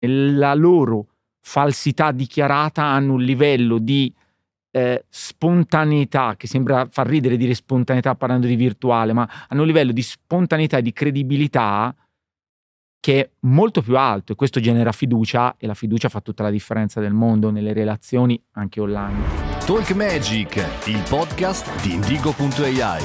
la loro falsità dichiarata hanno un livello di spontaneità, che sembra far ridere dire spontaneità parlando di virtuale, ma hanno un livello di spontaneità e di credibilità che è molto più alto, e questo genera fiducia, e la fiducia fa tutta la differenza del mondo nelle relazioni anche online. Talk Magic, il podcast di Indigo.ai.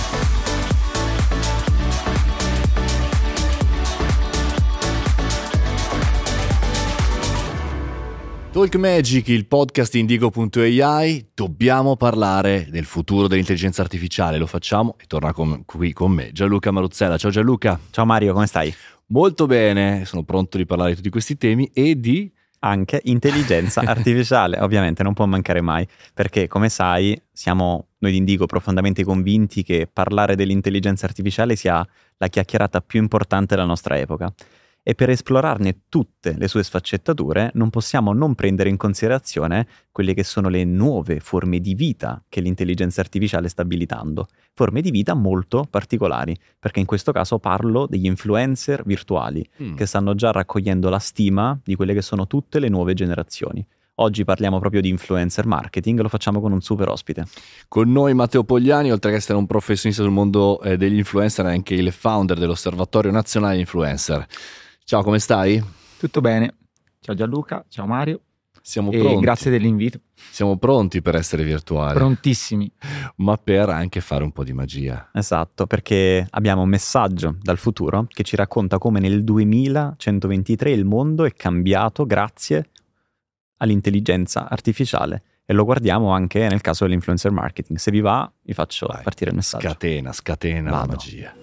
Talk Magic, il podcast di Indigo.ai. Dobbiamo parlare del futuro dell'intelligenza artificiale. Lo facciamo e torna qui con me Gianluca Maruzzella. Ciao Gianluca. Ciao Mario, come stai? Molto bene, sono pronto di parlare di tutti questi temi e di anche intelligenza artificiale. Ovviamente non può mancare mai, perché come sai siamo noi di Indigo profondamente convinti che parlare dell'intelligenza artificiale sia la chiacchierata più importante della nostra epoca. E per esplorarne tutte le sue sfaccettature non possiamo non prendere in considerazione quelle che sono le nuove forme di vita che l'intelligenza artificiale sta abilitando. Forme di vita molto particolari, perché in questo caso parlo degli influencer virtuali che stanno già raccogliendo la stima di quelle che sono tutte le nuove generazioni. Oggi parliamo proprio di influencer marketing, lo facciamo con un super ospite. Con noi Matteo Pogliani, oltre che essere un professionista sul mondo degli influencer, è anche il founder dell'Osservatorio Nazionale Influencer. Ciao, come stai? Tutto bene. Ciao Gianluca, ciao Mario. Siamo pronti. Grazie dell'invito. Siamo pronti per essere virtuali. Prontissimi. Ma per anche fare un po' di magia. Esatto, perché abbiamo un messaggio dal futuro che ci racconta come nel 2123 il mondo è cambiato grazie all'intelligenza artificiale. E lo guardiamo anche nel caso dell'influencer marketing. Se vi va, vi faccio partire il messaggio. Scatena la magia.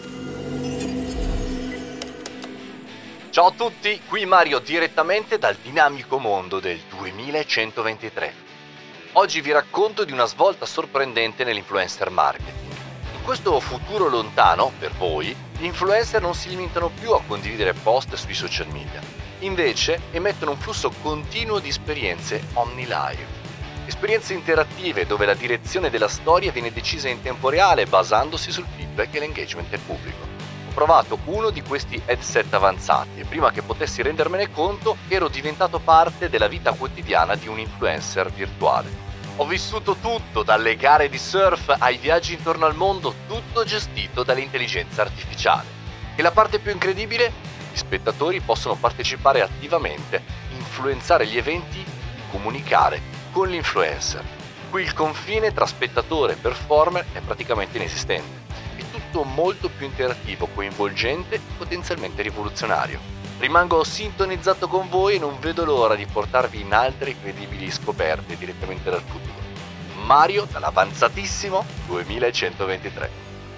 Ciao a tutti, qui Mario direttamente dal dinamico mondo del 2123. Oggi vi racconto di una svolta sorprendente nell'influencer marketing. In questo futuro lontano, per voi, gli influencer non si limitano più a condividere post sui social media. Invece emettono un flusso continuo di esperienze omni-live. Esperienze interattive dove la direzione della storia viene decisa in tempo reale basandosi sul feedback e l'engagement del pubblico. Ho provato uno di questi headset avanzati e prima che potessi rendermene conto ero diventato parte della vita quotidiana di un influencer virtuale. Ho vissuto tutto, dalle gare di surf ai viaggi intorno al mondo, tutto gestito dall'intelligenza artificiale. E la parte più incredibile? Gli spettatori possono partecipare attivamente, influenzare gli eventi, comunicare con l'influencer. Qui il confine tra spettatore e performer è praticamente inesistente. Tutto molto più interattivo, coinvolgente e potenzialmente rivoluzionario. Rimango sintonizzato con voi e non vedo l'ora di portarvi in altre incredibili scoperte direttamente dal futuro. Mario dall'avanzatissimo 2123.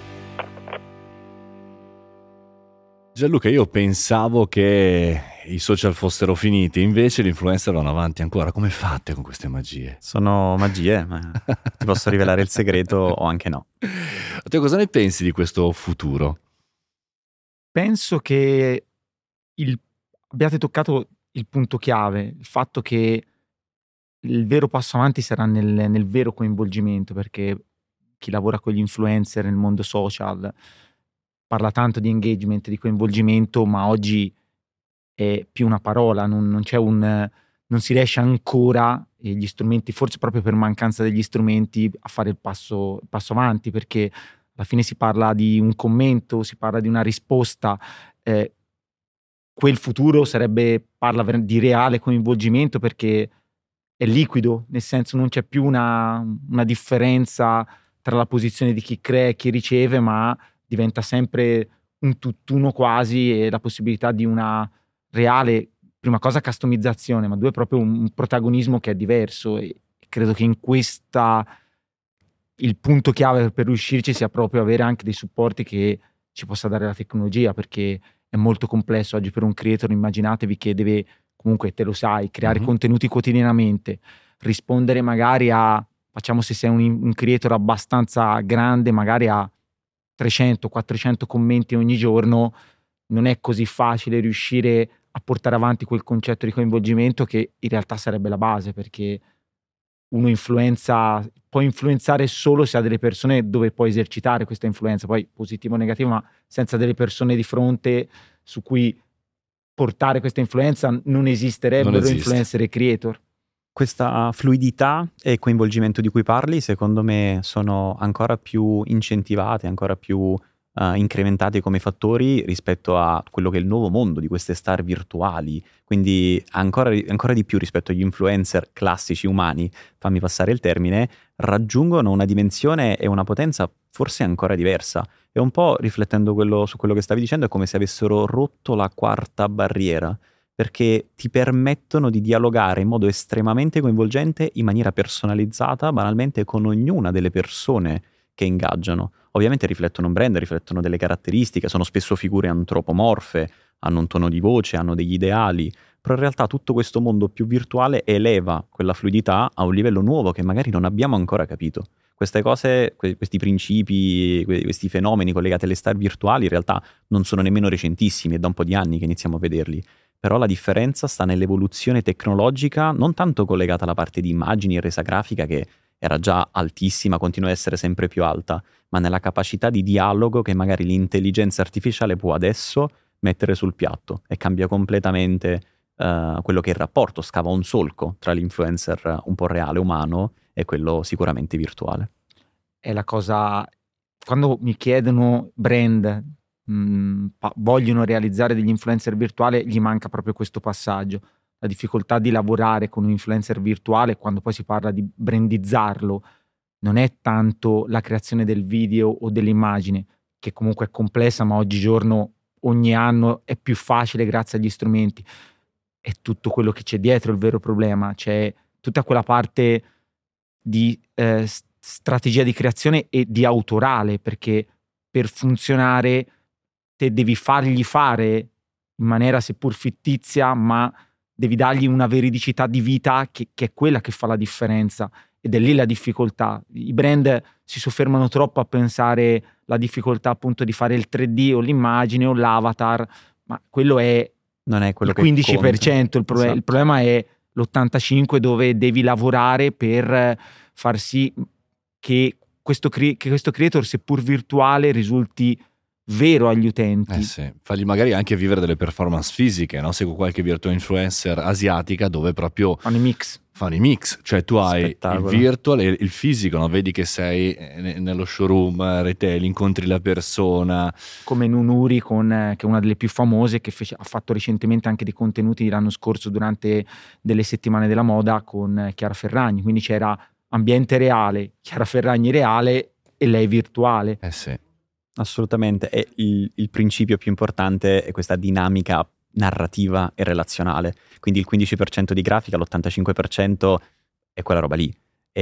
Gianluca, io pensavo che i social fossero finiti, invece gli influencer vanno avanti ancora. Come fate con queste magie? Sono magie, ma ti posso rivelare il segreto o anche no. A te cosa ne pensi di questo futuro? Penso che abbiate toccato il punto chiave, il fatto che il vero passo avanti sarà nel vero coinvolgimento, perché chi lavora con gli influencer nel mondo social parla tanto di engagement, di coinvolgimento, ma oggi è più una parola, non si riesce ancora, e gli strumenti, forse proprio per mancanza degli strumenti, a fare il passo avanti, perché alla fine si parla di un commento, si parla di una risposta. Quel futuro parla di reale coinvolgimento, perché è liquido, nel senso non c'è più una differenza tra la posizione di chi crea e chi riceve, ma diventa sempre un tutt'uno quasi, e la possibilità di una reale, prima cosa, customizzazione, ma due, proprio un protagonismo che è diverso. E credo che in questa il punto chiave per riuscirci sia proprio avere anche dei supporti che ci possa dare la tecnologia, perché è molto complesso oggi per un creator. Immaginatevi che deve, comunque te lo sai, creare contenuti quotidianamente, rispondere magari facciamo, se sei un creator abbastanza grande, magari a 300-400 commenti ogni giorno. Non è così facile riuscire a portare avanti quel concetto di coinvolgimento, che in realtà sarebbe la base, perché uno può influenzare solo se ha delle persone dove può esercitare questa influenza, poi positiva o negativa, ma senza delle persone di fronte su cui portare questa influenza non esisterebbero Non esiste. influencer e creator. Questa fluidità e coinvolgimento di cui parli, secondo me, sono ancora più incentivate, ancora più incrementate come fattori rispetto a quello che è il nuovo mondo di queste star virtuali, quindi ancora di più rispetto agli influencer classici umani, fammi passare il termine, raggiungono una dimensione e una potenza forse ancora diversa. E un po' riflettendo su quello che stavi dicendo, è come se avessero rotto la quarta barriera, perché ti permettono di dialogare in modo estremamente coinvolgente, in maniera personalizzata, banalmente con ognuna delle persone che ingaggiano. Ovviamente riflettono un brand, riflettono delle caratteristiche, sono spesso figure antropomorfe, hanno un tono di voce, hanno degli ideali, però in realtà tutto questo mondo più virtuale eleva quella fluidità a un livello nuovo che magari non abbiamo ancora capito. Queste cose, questi principi, questi fenomeni collegati alle star virtuali in realtà non sono nemmeno recentissimi, è da un po' di anni che iniziamo a vederli. Però la differenza sta nell'evoluzione tecnologica, non tanto collegata alla parte di immagini e resa grafica, che era già altissima, continua a essere sempre più alta, ma nella capacità di dialogo che magari l'intelligenza artificiale può adesso mettere sul piatto, e cambia completamente quello che è il rapporto, scava un solco tra l'influencer un po' reale, umano, e quello sicuramente virtuale. È la cosa, quando mi chiedono brand vogliono realizzare degli influencer virtuali, gli manca proprio questo passaggio, la difficoltà di lavorare con un influencer virtuale. Quando poi si parla di brandizzarlo, non è tanto la creazione del video o dell'immagine, che comunque è complessa, ma oggigiorno ogni anno è più facile grazie agli strumenti. È tutto quello che c'è dietro il vero problema, c'è tutta quella parte di strategia di creazione e di autorale, perché per funzionare te devi fargli fare in maniera seppur fittizia, ma devi dargli una veridicità di vita che è quella che fa la differenza, ed è lì la difficoltà. I brand si soffermano troppo a pensare la difficoltà appunto di fare il 3D o l'immagine o l'avatar, ma quello è Non è quello il che 15%, conta. il problema è l'85% dove devi lavorare per far sì che questo creator, seppur virtuale, risulti vero agli utenti. Sì. Fagli magari anche vivere delle performance fisiche, no? Seguo qualche virtual influencer asiatica dove proprio Fanno i mix, cioè tu hai il Spettacolo. virtual e il fisico, no? Vedi che sei nello showroom retail, incontri la persona. come Nunuri, che è una delle più famose, che ha fatto recentemente anche dei contenuti l'anno scorso durante delle settimane della moda con Chiara Ferragni, quindi c'era ambiente reale, Chiara Ferragni reale e lei virtuale. Sì. Assolutamente, e il principio più importante è questa dinamica narrativa e relazionale, quindi il 15% di grafica, l'85% è quella roba lì,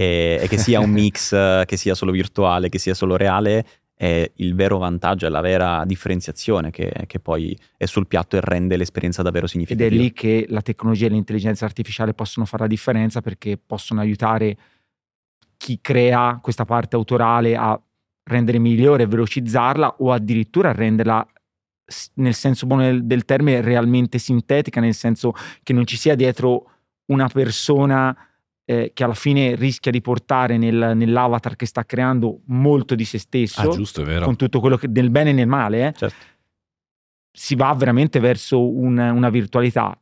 e che sia un mix, che sia solo virtuale, che sia solo reale, è il vero vantaggio, è la vera differenziazione che poi è sul piatto e rende l'esperienza davvero Ed significativa. è lì che la tecnologia e l'intelligenza artificiale possono fare la differenza, perché possono aiutare chi crea questa parte autorale a rendere migliore, velocizzarla, o addirittura renderla, nel senso buono del termine, realmente sintetica, nel senso che non ci sia dietro una persona che alla fine rischia di portare nell'avatar che sta creando molto di se stesso, Giusto, è vero. con tutto quello che nel bene e nel male. Certo. Si va veramente verso una virtualità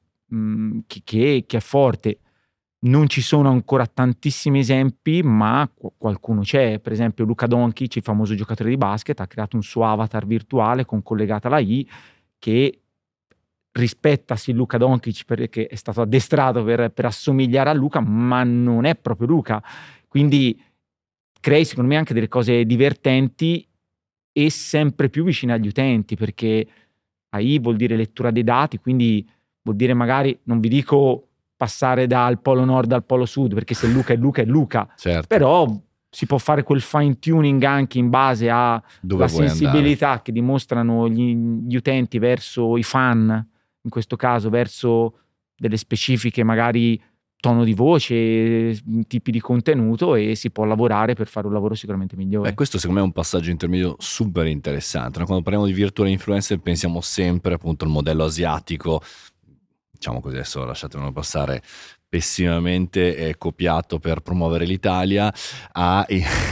che è forte. Non ci sono ancora tantissimi esempi, ma qualcuno c'è. Per esempio Luka Doncic, il famoso giocatore di basket, ha creato un suo avatar virtuale con collegata la I, che rispetta sì Luka Doncic perché è stato addestrato per assomigliare a Luka, ma non è proprio Luka. Quindi crei secondo me anche delle cose divertenti e sempre più vicine agli utenti, perché AI vuol dire lettura dei dati, quindi vuol dire magari, non vi dico passare dal polo nord al polo sud, perché se Luka è Luka è Luka, Certo. però si può fare quel fine tuning anche in base alla sensibilità che dimostrano gli utenti verso i fan, in questo caso verso delle specifiche magari tono di voce, tipi di contenuto, e si può lavorare per fare un lavoro sicuramente migliore. Questo secondo me è un passaggio intermedio super interessante, no? Quando parliamo di virtual influencer pensiamo sempre appunto al modello asiatico, diciamo così, adesso lasciatemelo passare, pessimamente copiato per promuovere l'Italia, ha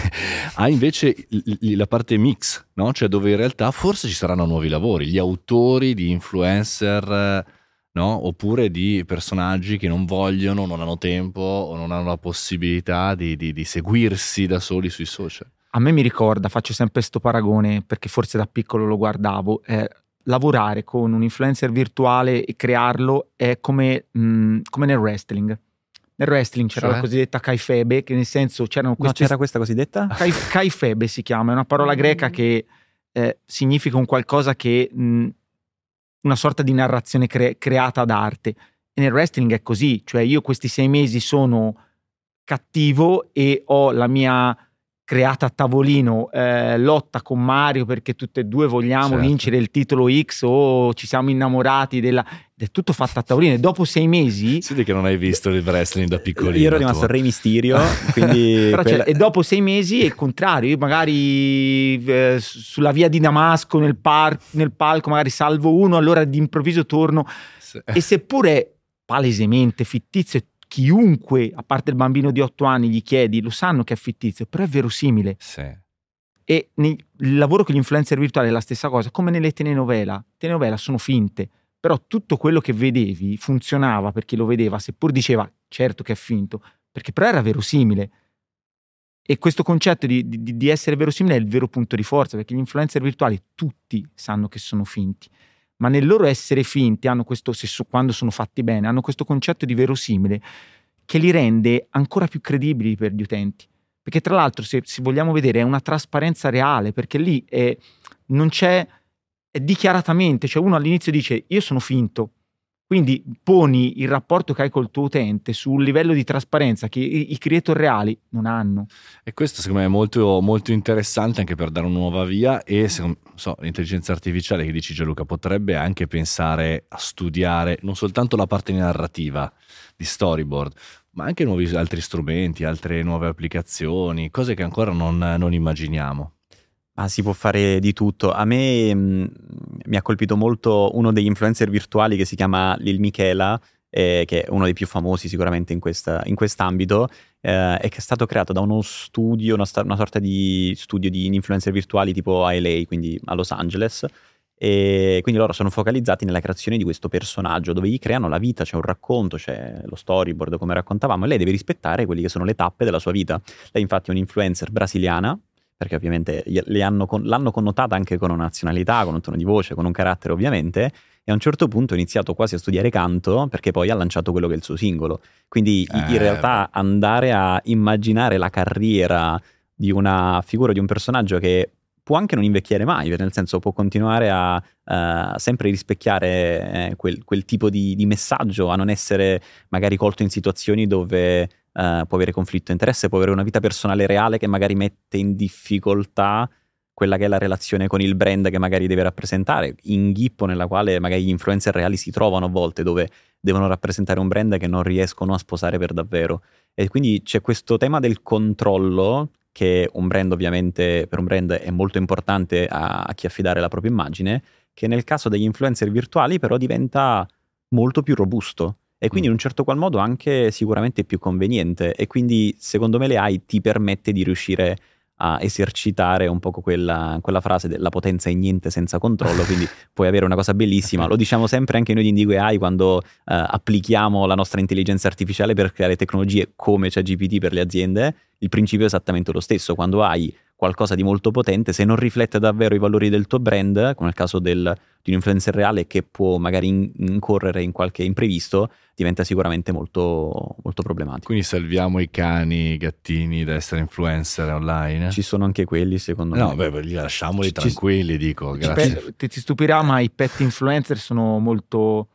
invece la parte mix, no? Cioè dove in realtà forse ci saranno nuovi lavori, gli autori di influencer no? Oppure di personaggi che non vogliono, non hanno tempo o non hanno la possibilità di seguirsi da soli sui social. A me mi ricorda, faccio sempre sto paragone perché forse da piccolo lo guardavo, lavorare con un influencer virtuale e crearlo è come nel wrestling. Nel wrestling c'era la cosiddetta kaifebe, che nel senso c'erano queste... No, c'era questa cosiddetta? Kaifebe si chiama, è una parola greca che significa un qualcosa che... una sorta di narrazione creata ad arte. E nel wrestling è così, cioè io questi 6 mesi sono cattivo e ho la mia creata a tavolino lotta con Mario perché tutte e due vogliamo vincere il titolo X o ci siamo innamorati ed è tutto fatto a tavolino. E dopo 6 mesi si vede che non hai visto il wrestling da piccolino. Io ero rimasto Re Mysterio, quindi e dopo 6 mesi è il contrario. Io magari sulla via di Damasco nel palco magari salvo uno, allora d'improvviso torno e seppure palesemente fittizio, chiunque, a parte il bambino di 8 anni, gli chiedi, lo sanno che è fittizio, però è verosimile. E il lavoro con gli influencer virtuali è la stessa cosa, come nelle telenovela. Telenovela sono finte, però tutto quello che vedevi funzionava per chi lo vedeva, seppur diceva certo che è finto, perché però era verosimile. E questo concetto di essere verosimile è il vero punto di forza, perché gli influencer virtuali tutti sanno che sono finti, ma nel loro essere finti hanno questo, quando sono fatti bene, hanno questo concetto di verosimile che li rende ancora più credibili per gli utenti. Perché tra l'altro, se vogliamo vedere, è una trasparenza reale, perché lì non c'è, è dichiaratamente, cioè uno all'inizio dice io sono finto, quindi poni il rapporto che hai col tuo utente su un livello di trasparenza che i creator reali non hanno. E questo secondo me è molto, molto interessante anche per dare una nuova via e l'intelligenza artificiale che dici Gianluca potrebbe anche pensare a studiare non soltanto la parte narrativa di storyboard, ma anche altri strumenti, altre nuove applicazioni, cose che ancora non immaginiamo. Ma si può fare di tutto. A me mi ha colpito molto uno degli influencer virtuali che si chiama Lil Michela, che è uno dei più famosi sicuramente in quest'ambito, e che è stato creato da uno studio, una sorta di studio di influencer virtuali tipo a LA, quindi a Los Angeles, e quindi loro sono focalizzati nella creazione di questo personaggio dove gli creano la vita, c'è un racconto, c'è lo storyboard come raccontavamo, e lei deve rispettare quelle che sono le tappe della sua vita. Lei infatti è un'influencer brasiliana, perché ovviamente l'hanno connotata anche con una nazionalità, con un tono di voce, con un carattere ovviamente, e a un certo punto ha iniziato quasi a studiare canto perché poi ha lanciato quello che è il suo singolo. Quindi in realtà andare a immaginare la carriera di una figura, di un personaggio che può anche non invecchiare mai, nel senso può continuare a sempre rispecchiare quel tipo di messaggio, a non essere magari colto in situazioni dove può avere conflitto di interesse, può avere una vita personale reale che magari mette in difficoltà quella che è la relazione con il brand che magari deve rappresentare, inghippo nella quale magari gli influencer reali si trovano a volte, dove devono rappresentare un brand che non riescono a sposare per davvero. E quindi c'è questo tema del controllo che un brand ovviamente, per un brand è molto importante a chi affidare la propria immagine, che nel caso degli influencer virtuali però diventa molto più robusto. E quindi in un certo qual modo anche sicuramente più conveniente, e quindi secondo me l'AI ti permette di riuscire a esercitare un po' quella frase della potenza è niente senza controllo, quindi puoi avere una cosa bellissima. Lo diciamo sempre anche noi di Indigo AI quando applichiamo la nostra intelligenza artificiale per creare tecnologie come ChatGPT per le aziende. Il principio è esattamente lo stesso: quando hai qualcosa di molto potente, se non riflette davvero i valori del tuo brand, come nel caso di un influencer reale che può magari incorrere in qualche imprevisto, diventa sicuramente molto, molto problematico. Quindi salviamo i cani, i gattini da essere influencer online? Ci sono anche quelli, secondo me. No, li lasciamoli tranquilli, dico. Grazie. Ti stupirà, ma i pet influencer sono molto...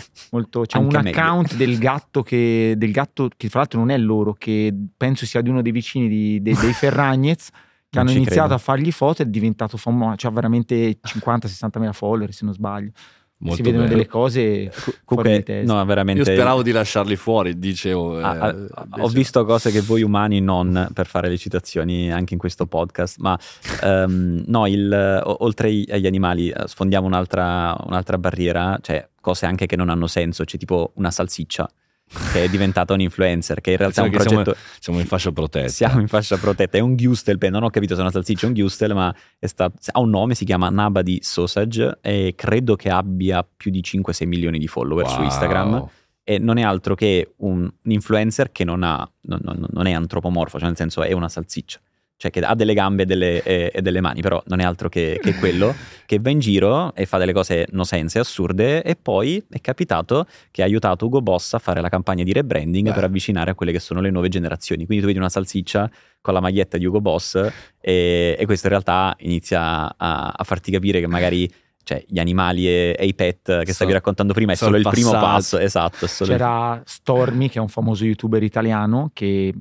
c'è un account del gatto che fra l'altro non è loro, che penso sia di uno dei vicini dei Ferragnez, che hanno iniziato a fargli foto e è diventato famoso, cioè veramente 50-60 mila follower se non sbaglio. Molto si vedono bello. Delle cose fuori di testa. No, veramente. Io speravo di lasciarli fuori, dicevo. Ho visto cose che voi umani non, per fare le citazioni anche in questo podcast, ma no, oltre agli animali sfondiamo un'altra barriera, cioè cose anche che non hanno senso, c'è tipo una salsiccia che è diventata un influencer, che in realtà è un progetto... Siamo in fascia protetta. Siamo in fascia protetta, è un Gustel, non ho capito se è una salsiccia o un Gustel, ma ha un nome, si chiama Nabadi Sausage e credo che abbia più di 5-6 milioni di follower su Instagram. E non è altro che un influencer che non è antropomorfo, cioè nel senso è una salsiccia, cioè che ha delle gambe e delle mani, però non è altro che quello, che va in giro e fa delle cose no sense, assurde, e poi è capitato che ha aiutato Hugo Boss a fare la campagna di rebranding per avvicinare a quelle che sono le nuove generazioni. Quindi tu vedi una salsiccia con la maglietta di Hugo Boss e questo in realtà inizia a farti capire che magari... cioè gli animali e i pet che stavi raccontando prima è solo il primo passo, esatto. C'era Stormy, che è un famoso youtuber italiano, che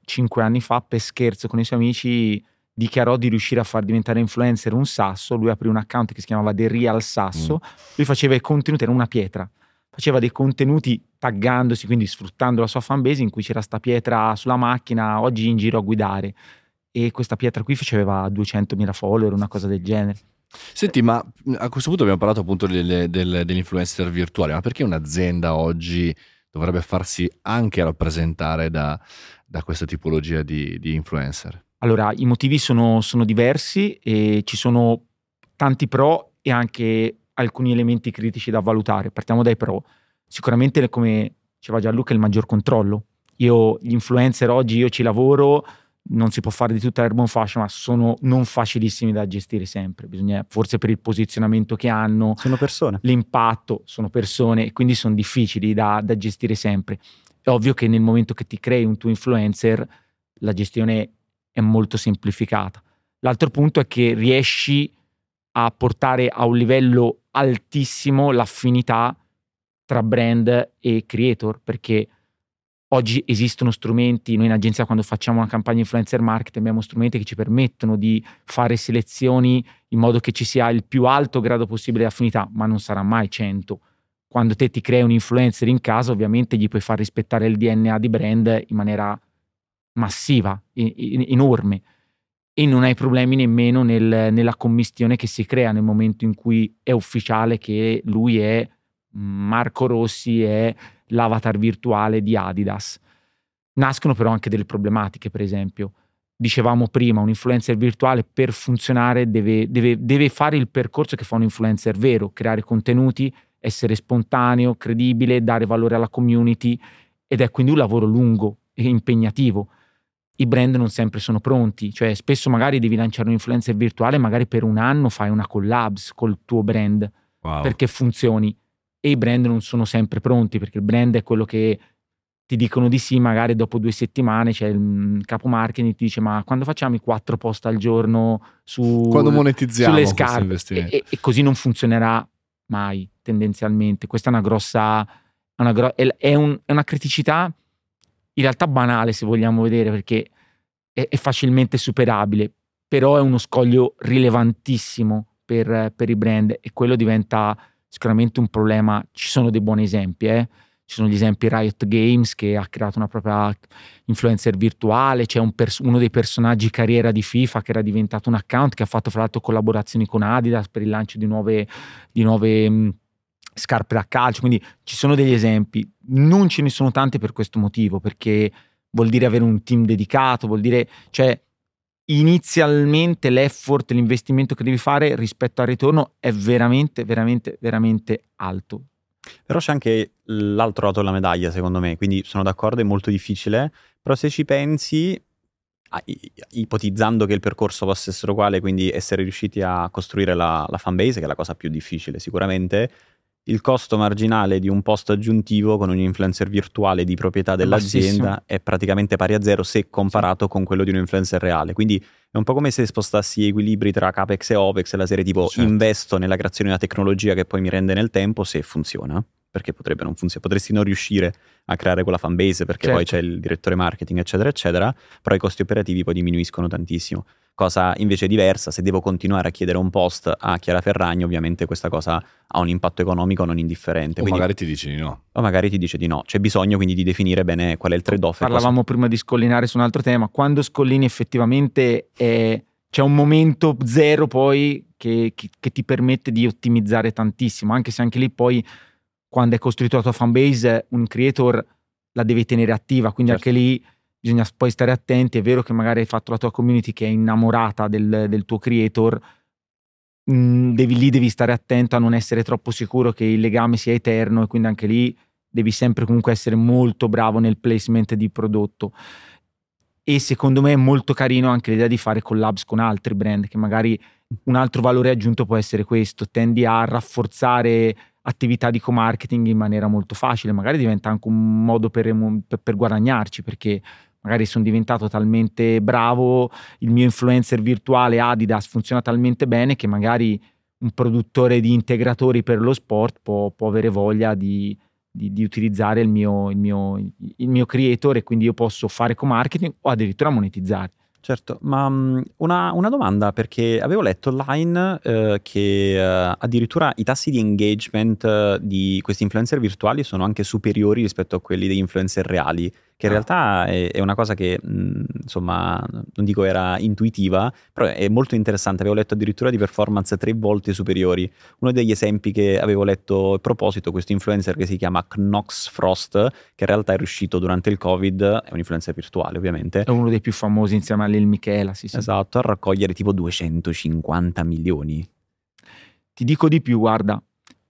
5 anni fa per scherzo con i suoi amici dichiarò di riuscire a far diventare influencer un sasso. Lui aprì un account che si chiamava The Real Sasso. Lui faceva i contenuti, era una pietra, faceva dei contenuti taggandosi, quindi sfruttando la sua fanbase, in cui c'era sta pietra sulla macchina, oggi in giro a guidare, e questa pietra qui faceva 200.000 follower, una cosa del genere. Senti, ma a questo punto abbiamo parlato appunto degli influencer virtuali, ma perché un'azienda oggi dovrebbe farsi anche rappresentare da questa tipologia di influencer? Allora, i motivi sono diversi e ci sono tanti pro e anche alcuni elementi critici da valutare. Partiamo dai pro. Sicuramente, come diceva Gianluca, il maggior controllo. Gli influencer oggi, io ci lavoro, non si può fare di tutta l'erba un fascio, ma sono non facilissimi da gestire sempre. Bisogna, forse per il posizionamento che hanno, sono persone, l'impatto, sono persone, e quindi sono difficili da gestire sempre. È ovvio che nel momento che ti crei un tuo influencer, la gestione è molto semplificata. L'altro punto è che riesci a portare a un livello altissimo l'affinità tra brand e creator, perché oggi esistono strumenti. Noi in agenzia, quando facciamo una campagna influencer marketing, abbiamo strumenti che ci permettono di fare selezioni in modo che ci sia il più alto grado possibile di affinità, ma non sarà mai 100. Quando te ti crei un influencer in casa, ovviamente gli puoi far rispettare il DNA di brand in maniera massiva, enorme, e non hai problemi nemmeno nella commistione che si crea nel momento in cui è ufficiale che lui è Marco Rossi, è l'avatar virtuale di Adidas. Nascono però anche delle problematiche. Per esempio, dicevamo prima, un influencer virtuale per funzionare deve fare il percorso che fa un influencer vero: creare contenuti, essere spontaneo, credibile, dare valore alla community, ed è quindi un lavoro lungo e impegnativo. I brand non sempre sono pronti, cioè spesso magari devi lanciare un influencer virtuale, magari per un anno fai una collabs col tuo brand perché funzioni, e i brand non sono sempre pronti, perché il brand è quello che ti dicono di sì, magari dopo 2 settimane c'è il capo marketing, ti dice: ma quando facciamo i 4 post al giorno quando monetizziamo sulle scarpe? E così non funzionerà mai, tendenzialmente. Questa è una criticità in realtà banale, se vogliamo vedere, perché è facilmente superabile, però è uno scoglio rilevantissimo per i brand, e quello diventa sicuramente un problema. Ci sono dei buoni esempi, Ci sono gli esempi Riot Games, che ha creato una propria influencer virtuale. C'è uno dei personaggi carriera di FIFA che era diventato un account, che ha fatto fra l'altro collaborazioni con Adidas per il lancio di nuove scarpe da calcio. Quindi ci sono degli esempi, non ce ne sono tanti per questo motivo, perché vuol dire avere un team dedicato, vuol dire, cioè, inizialmente l'effort, l'investimento che devi fare rispetto al ritorno è veramente, veramente, veramente alto. Però c'è anche l'altro lato della medaglia, secondo me, quindi sono d'accordo, è molto difficile, però se ci pensi, ipotizzando che il percorso possa essere uguale, quindi essere riusciti a costruire la fanbase, che è la cosa più difficile sicuramente, il costo marginale di un post aggiuntivo con un influencer virtuale di proprietà dell'azienda è praticamente pari a zero se comparato con quello di un influencer reale. Quindi è un po' come se spostassi equilibri tra capex e opex, la serie tipo investo nella creazione di una tecnologia che poi mi rende nel tempo, se funziona, perché potrebbe non funzionare, potresti non riuscire a creare quella fanbase perché poi c'è il direttore marketing eccetera eccetera, però i costi operativi poi diminuiscono tantissimo. Cosa invece diversa, se devo continuare a chiedere un post a Chiara Ferragni, ovviamente questa cosa ha un impatto economico non indifferente. Quindi, magari ti dice di no. O magari ti dice di no. C'è bisogno quindi di definire bene qual è il trade-off. Parlavamo prima di scollinare su un altro tema. Quando scollini effettivamente c'è un momento zero poi che ti permette di ottimizzare tantissimo, anche se anche lì poi, quando è costruito la tua fanbase, un creator la devi tenere attiva, quindi Certo. anche lì bisogna poi stare attenti. È vero che magari hai fatto la tua community che è innamorata del tuo creator, devi stare attento a non essere troppo sicuro che il legame sia eterno, e quindi anche lì devi sempre comunque essere molto bravo nel placement di prodotto. E secondo me è molto carino anche l'idea di fare collabs con altri brand, che magari un altro valore aggiunto può essere questo: tendi a rafforzare attività di co-marketing in maniera molto facile, magari diventa anche un modo per guadagnarci, perché magari sono diventato talmente bravo, il mio influencer virtuale Adidas funziona talmente bene che magari un produttore di integratori per lo sport può avere voglia di utilizzare il mio creator, e quindi io posso fare co-marketing o addirittura monetizzare. Certo, ma una domanda, perché avevo letto online che addirittura i tassi di engagement di questi influencer virtuali sono anche superiori rispetto a quelli degli influencer reali, che in realtà è una cosa che insomma, non dico era intuitiva, però è molto interessante. Avevo letto addirittura di performance 3 volte superiori. Uno degli esempi che avevo letto a proposito, questo influencer che si chiama Knox Frost, che in realtà è riuscito durante il Covid, è un influencer virtuale ovviamente, È uno dei più famosi insieme a Lil Michela, sì. esatto, a raccogliere tipo 250 milioni. Ti dico di più, guarda,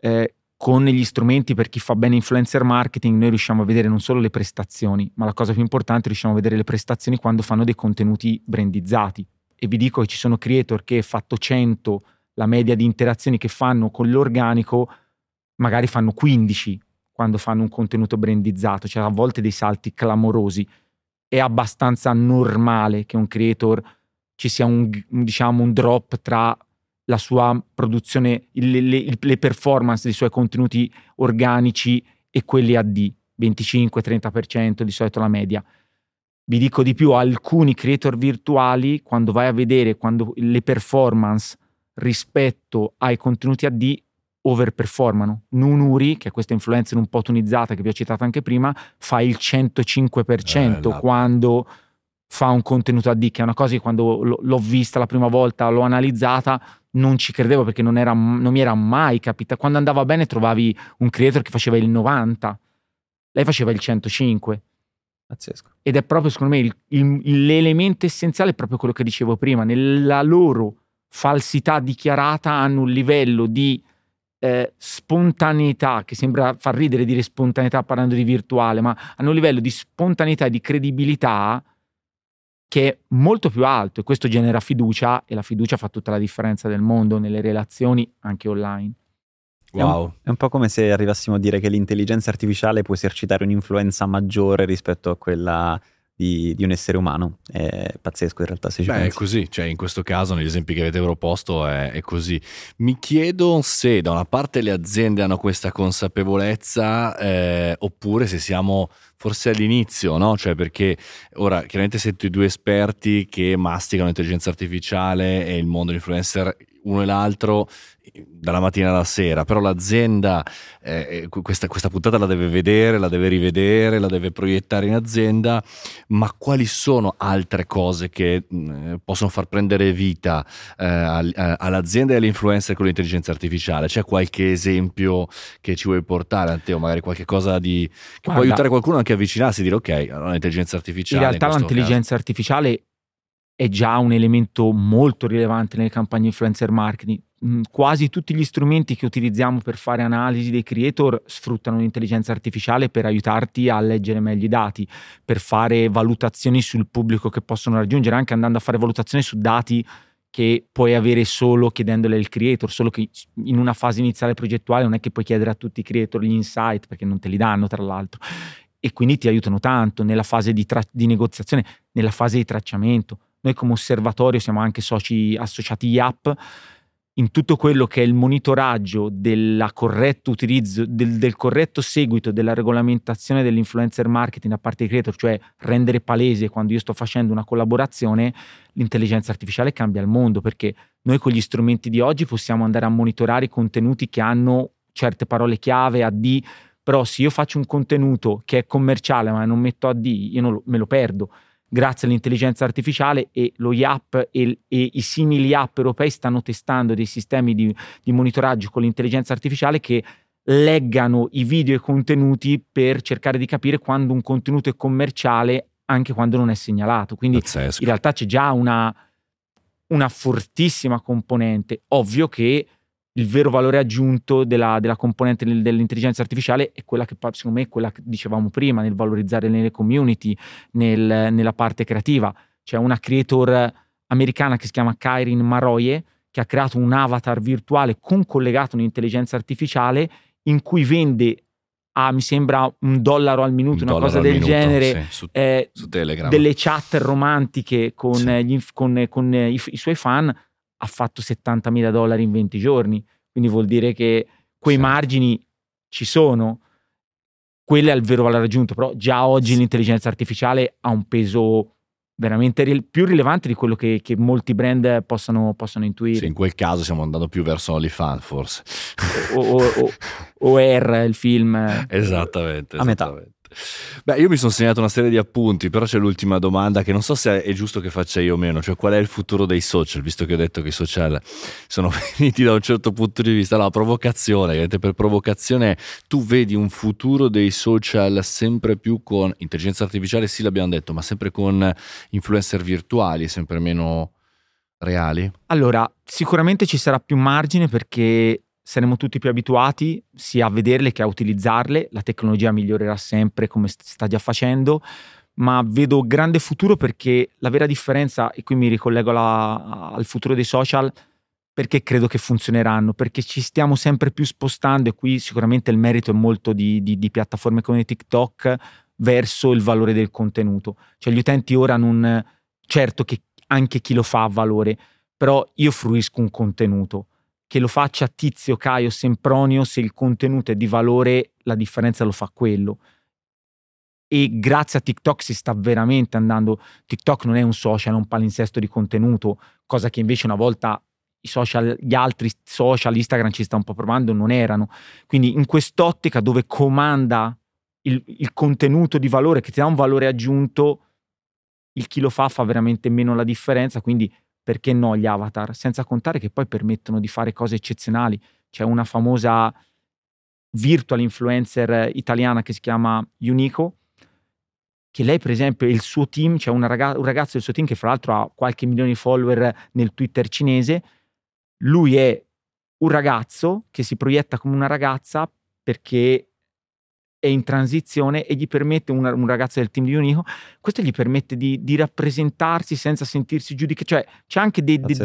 con gli strumenti per chi fa bene influencer marketing noi riusciamo a vedere non solo le prestazioni, ma la cosa più importante, riusciamo a vedere le prestazioni quando fanno dei contenuti brandizzati. E vi dico che ci sono creator che, fatto 100 la media di interazioni che fanno con l'organico, magari fanno 15 quando fanno un contenuto brandizzato, cioè a volte dei salti clamorosi. È abbastanza normale che un creator ci sia un drop tra la sua produzione, le performance dei suoi contenuti organici e quelli AD, 25-30% di solito la media. Vi dico di più, alcuni creator virtuali, quando vai a vedere quando le performance rispetto ai contenuti AD, overperformano. Nunuri, che è questa influencer un po' tonizzata che vi ho citato anche prima, fa il 105% quando fa un contenuto AD, che è una cosa che quando l'ho vista la prima volta, l'ho analizzata, non ci credevo, perché non mi era mai capitato. Quando andava bene trovavi un creator che faceva il 90, lei faceva il 105. Pazzesco. Ed è proprio, secondo me, l'elemento essenziale è proprio quello che dicevo prima: nella loro falsità dichiarata hanno un livello di spontaneità, che sembra far ridere dire spontaneità parlando di virtuale, ma hanno un livello di spontaneità e di credibilità che è molto più alto, e questo genera fiducia, e la fiducia fa tutta la differenza del mondo nelle relazioni anche online. Wow. È un po' come se arrivassimo a dire che l'intelligenza artificiale può esercitare un'influenza maggiore rispetto a quella di un essere umano. È pazzesco in realtà, se ci pensi. È così, cioè in questo caso negli esempi che avete proposto è così. Mi chiedo se da una parte le aziende hanno questa consapevolezza oppure se siamo forse all'inizio, no? Cioè, perché ora chiaramente sento i due esperti che masticano l'intelligenza artificiale e il mondo dell'influencer, uno e l'altro, dalla mattina alla sera, però l'azienda questa puntata la deve vedere, la deve rivedere, la deve proiettare in azienda. Ma quali sono altre cose che possono far prendere vita all'azienda e all'influencer con l'intelligenza artificiale? C'è qualche esempio che ci vuoi portare, Matteo? Magari qualche cosa che può aiutare qualcuno anche a avvicinarsi e dire ok, allora l'intelligenza artificiale. In realtà l'intelligenza artificiale è già un elemento molto rilevante nelle campagne influencer marketing. Quasi tutti gli strumenti che utilizziamo per fare analisi dei creator sfruttano l'intelligenza artificiale per aiutarti a leggere meglio i dati, per fare valutazioni sul pubblico che possono raggiungere, anche andando a fare valutazioni su dati che puoi avere solo chiedendole al creator, solo che in una fase iniziale progettuale non è che puoi chiedere a tutti i creator gli insight, perché non te li danno, tra l'altro, e quindi ti aiutano tanto nella fase di negoziazione, nella fase di tracciamento. Noi come osservatorio siamo anche soci associati IAP, in tutto quello che è il monitoraggio del corretto utilizzo, del corretto seguito della regolamentazione dell'influencer marketing da parte dei creator, cioè rendere palese quando io sto facendo una collaborazione. L'intelligenza artificiale cambia il mondo, perché noi con gli strumenti di oggi possiamo andare a monitorare i contenuti che hanno certe parole chiave, AD, però se io faccio un contenuto che è commerciale ma non metto AD, io me lo perdo. Grazie all'intelligenza artificiale, e lo IAP e i simili app europei stanno testando dei sistemi di monitoraggio con l'intelligenza artificiale che leggano i video e i contenuti per cercare di capire quando un contenuto è commerciale anche quando non è segnalato. Quindi Pazzesco. in realtà c'è già una fortissima componente. Ovvio che il vero valore aggiunto della componente dell'intelligenza artificiale è quella che, secondo me, è quella che dicevamo prima, nel valorizzare nelle community, nella parte creativa. C'è una creator americana che si chiama Kairin Maroye, che ha creato un avatar virtuale con collegato un'intelligenza artificiale in cui vende mi sembra $1 al minuto, una cosa del genere, sì, su Telegram. delle chat romantiche con i suoi fan. Ha fatto $70.000 in 20 giorni, quindi vuol dire che quei margini ci sono. Quello è il vero valore aggiunto, però già oggi l'intelligenza artificiale ha un peso veramente più rilevante di quello che molti brand possano intuire. Sì, in quel caso stiamo andando più verso OnlyFans, forse. o Air, il film. Esattamente. A metà. Beh, io mi sono segnato una serie di appunti, però c'è l'ultima domanda che non so se è giusto che faccia io o meno, cioè qual è il futuro dei social, visto che ho detto che i social sono finiti da un certo punto di vista. No, provocazione, per provocazione tu vedi un futuro dei social sempre più con intelligenza artificiale, sì l'abbiamo detto, ma sempre con influencer virtuali, sempre meno reali? Allora, sicuramente ci sarà più margine perché saremo tutti più abituati sia a vederle che a utilizzarle. La tecnologia migliorerà sempre, come sta già facendo, ma vedo grande futuro perché la vera differenza, e qui mi ricollego al futuro dei social, perché credo che funzioneranno, perché ci stiamo sempre più spostando, e qui sicuramente il merito è molto di piattaforme come TikTok, verso il valore del contenuto. Cioè gli utenti ora non... Certo che anche chi lo fa ha valore, però io fruisco un contenuto. Che lo faccia Tizio, Caio, Sempronio, se il contenuto è di valore, la differenza lo fa quello. E grazie a TikTok si sta veramente andando. TikTok non è un social, è un palinsesto di contenuto, cosa che invece una volta gli altri social, Instagram ci sta un po' provando, non erano. Quindi in quest'ottica dove comanda il contenuto di valore, che ti dà un valore aggiunto, il chi lo fa veramente meno la differenza, quindi perché no gli avatar? Senza contare che poi permettono di fare cose eccezionali. C'è una famosa virtual influencer italiana che si chiama Unico, che lei per esempio e il suo team, c'è un ragazzo del suo team che fra l'altro ha qualche milione di follower nel Twitter cinese. Lui è un ragazzo che si proietta come una ragazza perché è in transizione e gli permette, un ragazzo del team di Unico, questo gli permette di rappresentarsi senza sentirsi giudicato. Cioè c'è anche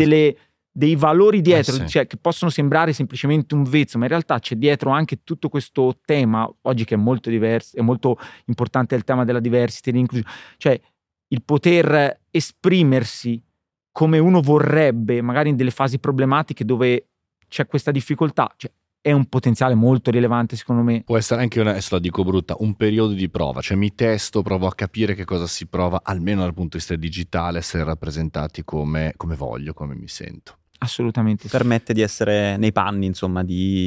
dei valori dietro, sì. cioè, che possono sembrare semplicemente un vezzo, ma in realtà c'è dietro anche tutto questo tema oggi che è molto diverso, è molto importante il tema della diversity e dell'inclusione, cioè il poter esprimersi come uno vorrebbe, magari in delle fasi problematiche dove c'è questa difficoltà, cioè è un potenziale molto rilevante secondo me. Può essere anche adesso la dico brutta, un periodo di prova, cioè mi testo, provo a capire che cosa si prova, almeno dal punto di vista digitale, essere rappresentati come voglio, come mi sento. Assolutamente. Permette di essere nei panni, insomma,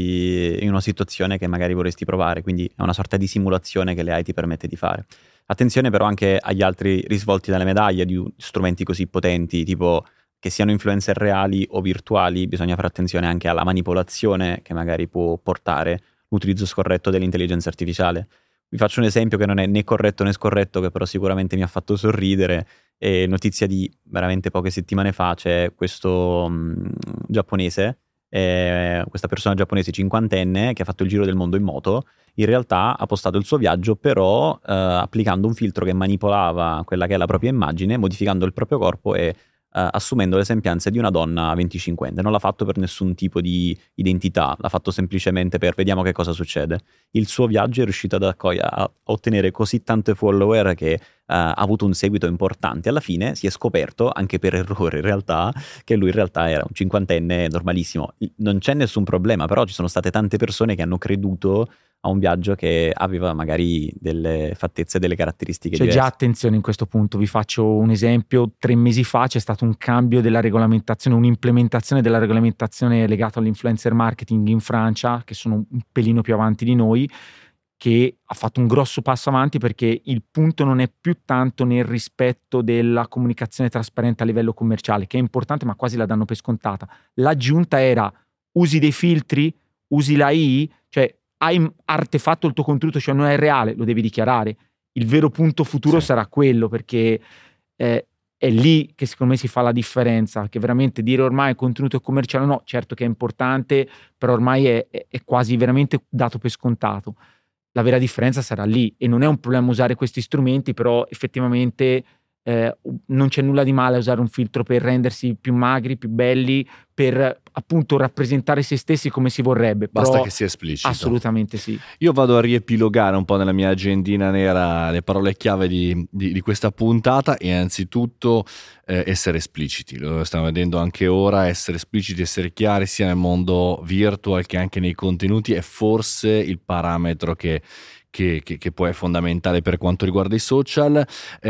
in una situazione che magari vorresti provare, quindi è una sorta di simulazione che l'AI ti permette di fare. Attenzione però anche agli altri risvolti della medaglia di strumenti così potenti, tipo che siano influencer reali o virtuali, bisogna fare attenzione anche alla manipolazione che magari può portare l'utilizzo scorretto dell'intelligenza artificiale. Vi faccio un esempio che non è né corretto né scorretto, che però sicuramente mi ha fatto sorridere. È notizia di veramente poche settimane fa, c'è questo giapponese, questa persona giapponese cinquantenne che ha fatto il giro del mondo in moto. In realtà ha postato il suo viaggio però applicando un filtro che manipolava quella che è la propria immagine, modificando il proprio corpo e assumendo le sembianze di una donna 25enne. Non l'ha fatto per nessun tipo di identità, l'ha fatto semplicemente per vediamo che cosa succede. Il suo viaggio è riuscito a ottenere così tante follower che ha avuto un seguito importante. Alla fine si è scoperto, anche per errore in realtà, che lui in realtà era un cinquantenne normalissimo. Non c'è nessun problema, però ci sono state tante persone che hanno creduto a un viaggio che aveva magari delle fattezze, delle caratteristiche c'è diverse. Già attenzione in questo punto. Vi faccio un esempio: 3 mesi fa c'è stato un cambio della regolamentazione, un'implementazione della regolamentazione legata all'influencer marketing in Francia, che sono un pelino più avanti di noi, che ha fatto un grosso passo avanti, perché il punto non è più tanto nel rispetto della comunicazione trasparente a livello commerciale, che è importante ma quasi la danno per scontata. L'aggiunta era: usi dei filtri, usi l'AI, cioè hai artefatto il tuo contenuto, cioè non è reale, lo devi dichiarare. Il vero punto futuro sarà quello, perché è lì che secondo me si fa la differenza, che veramente dire ormai il contenuto è commerciale, no, certo che è importante, però ormai è quasi veramente dato per scontato. La vera differenza sarà lì, e non è un problema usare questi strumenti, però effettivamente non c'è nulla di male a usare un filtro per rendersi più magri, più belli, per appunto rappresentare se stessi come si vorrebbe. Basta però che sia esplicito. Assolutamente sì. Io vado a riepilogare un po' nella mia agendina nera le parole chiave di questa puntata. Innanzitutto essere espliciti, lo stiamo vedendo anche ora, essere espliciti, essere chiari sia nel mondo virtual che anche nei contenuti è forse il parametro che poi è fondamentale per quanto riguarda i social.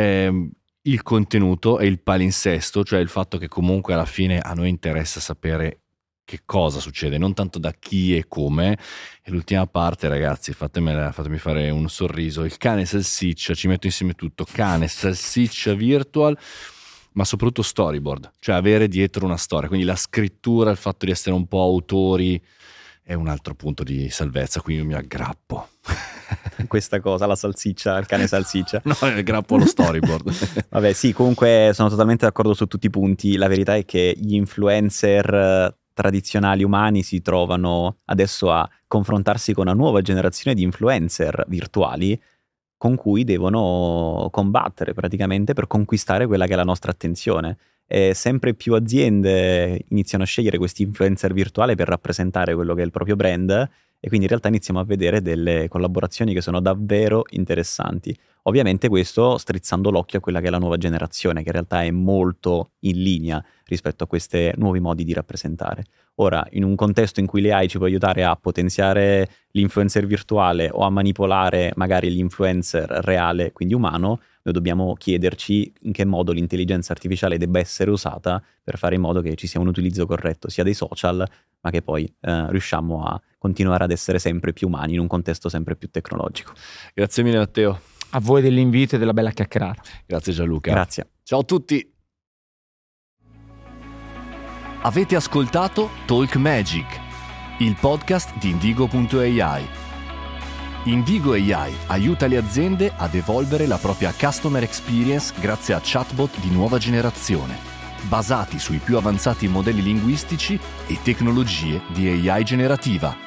Il contenuto e il palinsesto, cioè il fatto che comunque alla fine a noi interessa sapere che cosa succede, non tanto da chi e come. E l'ultima parte, ragazzi, fatemi fare un sorriso, il cane salsiccia, ci metto insieme tutto, cane salsiccia virtual, ma soprattutto storyboard, cioè avere dietro una storia, quindi la scrittura, il fatto di essere un po' autori è un altro punto di salvezza, quindi io mi aggrappo. Questa cosa, la salsiccia, il cane salsiccia. No, mi aggrappo allo storyboard. Vabbè, sì, comunque sono totalmente d'accordo su tutti i punti. La verità è che gli influencer tradizionali umani si trovano adesso a confrontarsi con una nuova generazione di influencer virtuali con cui devono combattere praticamente per conquistare quella che è la nostra attenzione. E sempre più aziende iniziano a scegliere questi influencer virtuali per rappresentare quello che è il proprio brand, e quindi in realtà iniziamo a vedere delle collaborazioni che sono davvero interessanti. Ovviamente questo strizzando l'occhio a quella che è la nuova generazione, che in realtà è molto in linea rispetto a questi nuovi modi di rappresentare. Ora, in un contesto in cui l'AI ci può aiutare a potenziare l'influencer virtuale o a manipolare magari l'influencer reale, quindi umano, noi dobbiamo chiederci in che modo l'intelligenza artificiale debba essere usata per fare in modo che ci sia un utilizzo corretto sia dei social, ma che poi riusciamo a continuare ad essere sempre più umani in un contesto sempre più tecnologico. Grazie mille, Matteo. A voi dell'invito e della bella chiacchierata. Grazie Gianluca. Grazie. Ciao a tutti. Avete ascoltato Talk Magic, il podcast di Indigo.ai. Indigo AI aiuta le aziende ad evolvere la propria customer experience grazie a chatbot di nuova generazione, basati sui più avanzati modelli linguistici e tecnologie di AI generativa.